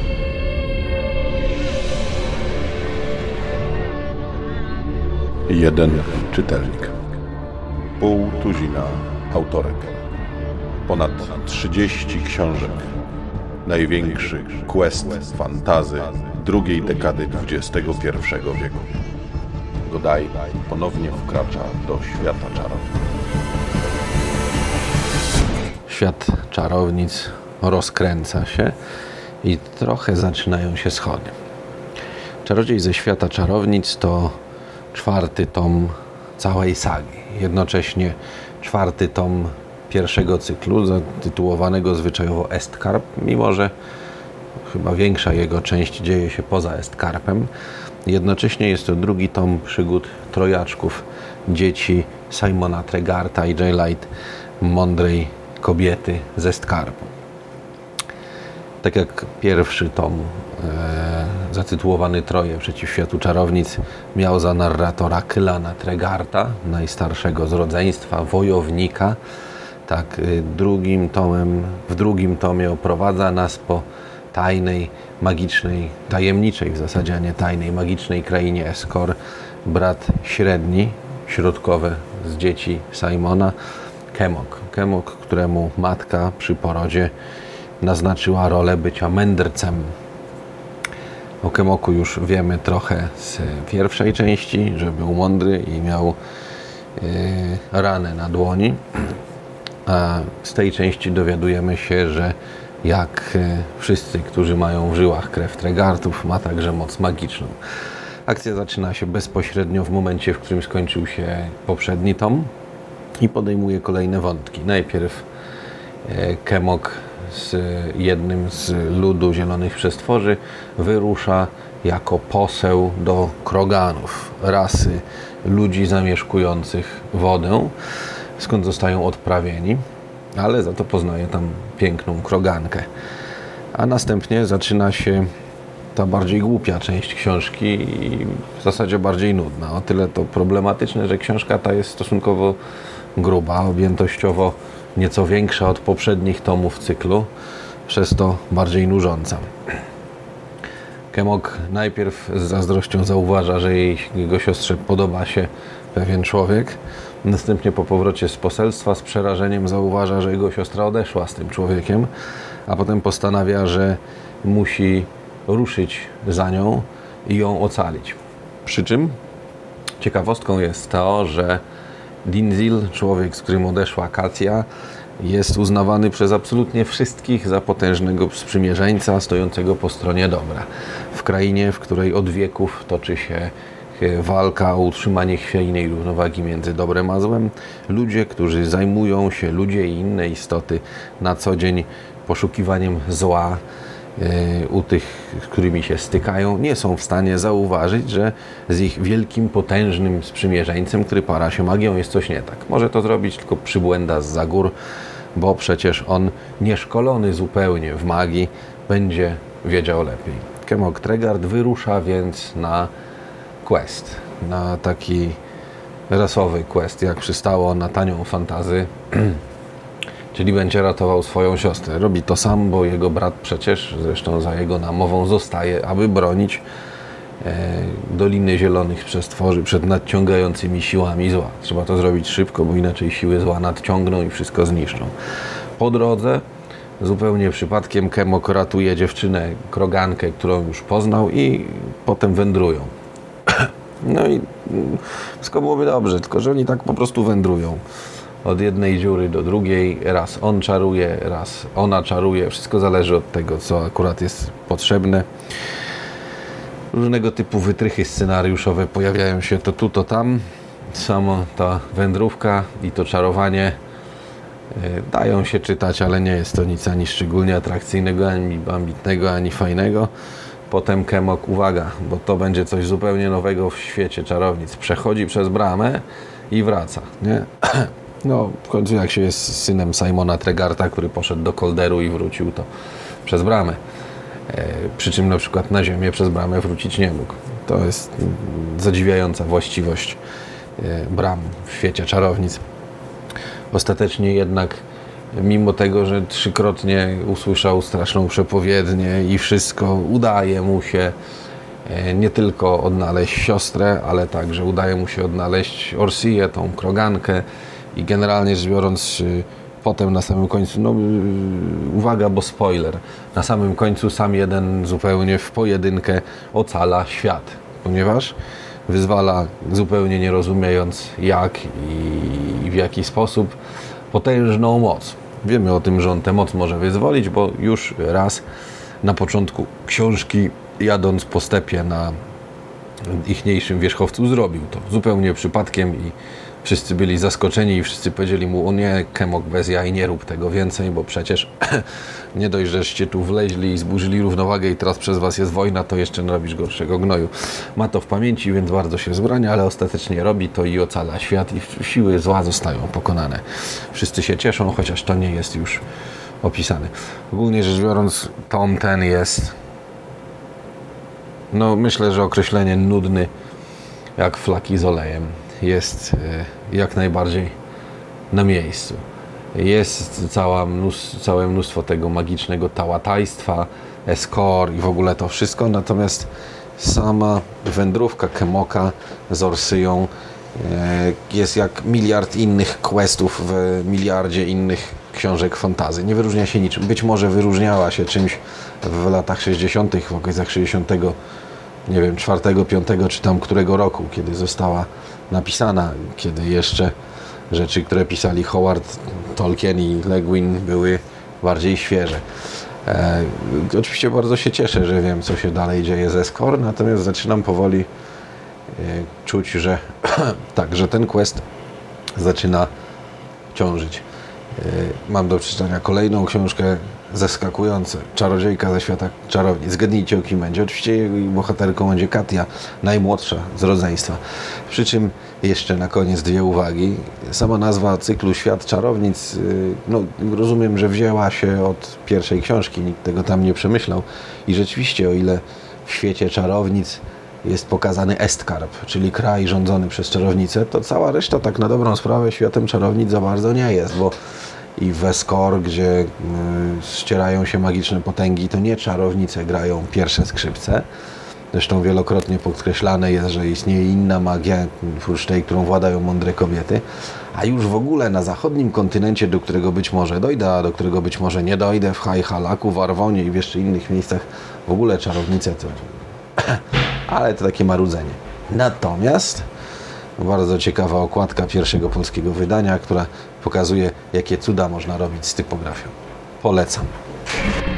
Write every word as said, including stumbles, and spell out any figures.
Jeden czytelnik, pół tuzina autorek, ponad trzydzieści książek, największy quest fantazy drugiej dekady dwudziestego pierwszego wieku. Godaj ponownie wkracza do świata czarownic. Świat czarownic rozkręca się i trochę zaczynają się schody. Czarodziej ze świata czarownic to czwarty tom całej sagi. Jednocześnie czwarty tom pierwszego cyklu, zatytułowanego zwyczajowo Estcarp, mimo że chyba większa jego część dzieje się poza Estcarpem. Jednocześnie jest to drugi tom przygód trojaczków, dzieci Simona Tregarta i Daylight, mądrej kobiety z Estcarpu. Tak jak pierwszy tom e, zatytułowany Troje przeciw światu czarownic miał za narratora Kylana Tregarta, najstarszego z rodzeństwa, wojownika, tak y, drugim tomem, w drugim tomie oprowadza nas po tajnej, magicznej, tajemniczej w zasadzie, a nie tajnej, magicznej krainie Eskor brat średni, środkowy z dzieci Simona, Kemok. Kemok, któremu matka przy porodzie naznaczyła rolę bycia mędrcem. O Kemoku już wiemy trochę z pierwszej części, że był mądry i miał yy, ranę na dłoni. A z tej części dowiadujemy się, że jak wszyscy, którzy mają w żyłach krew Tregartów, ma także moc magiczną. Akcja zaczyna się bezpośrednio w momencie, w którym skończył się poprzedni tom i podejmuje kolejne wątki. Najpierw Kemok z jednym z ludu Zielonych Przestworzy wyrusza jako poseł do Kroganów, rasy ludzi zamieszkujących wodę, skąd zostają odprawieni, ale za to poznaje tam piękną Krogankę. A następnie zaczyna się ta bardziej głupia część książki i w zasadzie bardziej nudna. O tyle to problematyczne, że książka ta jest stosunkowo gruba, objętościowo nieco większa od poprzednich tomów cyklu, przez to bardziej nużąca. Kemok najpierw z zazdrością zauważa, że jej, jego siostrze podoba się pewien człowiek. Następnie po powrocie z poselstwa z przerażeniem zauważa, że jego siostra odeszła z tym człowiekiem, a potem postanawia, że musi ruszyć za nią i ją ocalić. Przy czym ciekawostką jest to, że Dinzil, człowiek, z którym odeszła Katia, jest uznawany przez absolutnie wszystkich za potężnego sprzymierzeńca stojącego po stronie dobra. W krainie, w której od wieków toczy się walka o utrzymanie chwiejnej równowagi między dobrem a złem, ludzie, którzy zajmują się, ludzie i inne istoty, na co dzień poszukiwaniem zła u tych, z którymi się stykają, nie są w stanie zauważyć, że z ich wielkim, potężnym sprzymierzeńcem, który para się magią, jest coś nie tak. Może to zrobić tylko przybłęda zza gór, bo przecież on, nieszkolony zupełnie w magii, będzie wiedział lepiej. Kemok Tregart wyrusza więc na quest, na taki rasowy quest, jak przystało na tanią fantazy, czyli będzie ratował swoją siostrę. Robi to sam, bo jego brat przecież, zresztą za jego namową, zostaje, aby bronić e, Doliny Zielonych Przestworzy przed nadciągającymi siłami zła. Trzeba to zrobić szybko, bo inaczej siły zła nadciągną i wszystko zniszczą. Po drodze, zupełnie przypadkiem, Kemok ratuje dziewczynę, Krogankę, którą już poznał, i potem wędrują. No i wszystko byłoby dobrze, tylko że oni tak po prostu wędrują. Od jednej dziury do drugiej, raz on czaruje, raz ona czaruje. Wszystko zależy od tego, co akurat jest potrzebne. Różnego typu wytrychy scenariuszowe pojawiają się to tu, to tam. Samo ta wędrówka i to czarowanie dają się czytać, ale nie jest to nic ani szczególnie atrakcyjnego, ani ambitnego, ani fajnego. Potem Kemok, uwaga, bo to będzie coś zupełnie nowego w świecie czarownic. Przechodzi przez bramę i wraca, nie? No, w końcu jak się jest synem Simona Tregarta, który poszedł do Kolderu i wrócił, to przez bramę. E, przy czym na przykład na ziemię przez bramę wrócić nie mógł. To jest zadziwiająca właściwość e, bram w świecie czarownic. Ostatecznie jednak mimo tego, że trzykrotnie usłyszał straszną przepowiednię i wszystko, udaje mu się nie tylko odnaleźć siostrę, ale także udaje mu się odnaleźć Orsię, tą krogankę i generalnie rzecz biorąc potem na samym końcu, no uwaga, bo spoiler, na samym końcu sam jeden zupełnie w pojedynkę ocala świat, ponieważ wyzwala, zupełnie nie rozumiejąc jak i w jaki sposób, potężną moc. Wiemy o tym, że on tę moc może wyzwolić, bo już raz na początku książki, jadąc po stepie na ichniejszym wierzchowcu, zrobił to zupełnie przypadkiem i wszyscy byli zaskoczeni i wszyscy powiedzieli mu: o nie, Kemok, bez jaj, nie rób tego więcej, bo przecież nie dość, żeście tu wleźli i zburzyli równowagę i teraz przez was jest wojna, to jeszcze narobisz gorszego gnoju. Ma to w pamięci, więc bardzo się wzbrania, ale ostatecznie robi to i ocala świat i siły zła zostają pokonane. Wszyscy się cieszą, chociaż to nie jest już opisane. Ogólnie rzecz biorąc, tom ten jest, no myślę, że określenie nudny jak flaki z olejem jest jak najbardziej na miejscu. Jest cała mnóstwo, całe mnóstwo tego magicznego tałatajstwa, Escor i w ogóle to wszystko, natomiast sama wędrówka Kemoka z Orsyją jest jak miliard innych questów w miliardzie innych książek fantasy. Nie wyróżnia się niczym. Być może wyróżniała się czymś w latach sześćdziesiątych, w okolicach sześćdziesiątego, nie wiem, czwartego, piątego czy tam którego roku, kiedy została napisana, kiedy jeszcze rzeczy, które pisali Howard, Tolkien i Le Guin, były bardziej świeże. E, oczywiście bardzo się cieszę, że wiem, co się dalej dzieje ze Escor, natomiast zaczynam powoli e, czuć, że tak, że ten quest zaczyna ciążyć. E, mam do przeczytania kolejną książkę zaskakujące. Czarodziejka ze świata czarownic. Zgadnijcie, o kim będzie. Oczywiście jej bohaterką będzie Katia, najmłodsza z rodzeństwa. Przy czym jeszcze na koniec dwie uwagi. Sama nazwa cyklu Świat Czarownic, no rozumiem, że wzięła się od pierwszej książki, nikt tego tam nie przemyślał. I rzeczywiście, o ile w świecie czarownic jest pokazany Estkarp, czyli kraj rządzony przez czarownice, to cała reszta tak na dobrą sprawę światem czarownic za bardzo nie jest, bo i w Escor, gdzie y, ścierają się magiczne potęgi, to nie czarownice grają pierwsze skrzypce. Zresztą wielokrotnie podkreślane jest, że istnieje inna magia, oprócz tej, którą władają mądre kobiety. A już w ogóle na zachodnim kontynencie, do którego być może dojdę, a do którego być może nie dojdę, w Hajhalaku, w Arwonie i w jeszcze innych miejscach, w ogóle czarownice to... ale to takie marudzenie. Natomiast bardzo ciekawa okładka pierwszego polskiego wydania, która pokazuje, jakie cuda można robić z typografią. Polecam.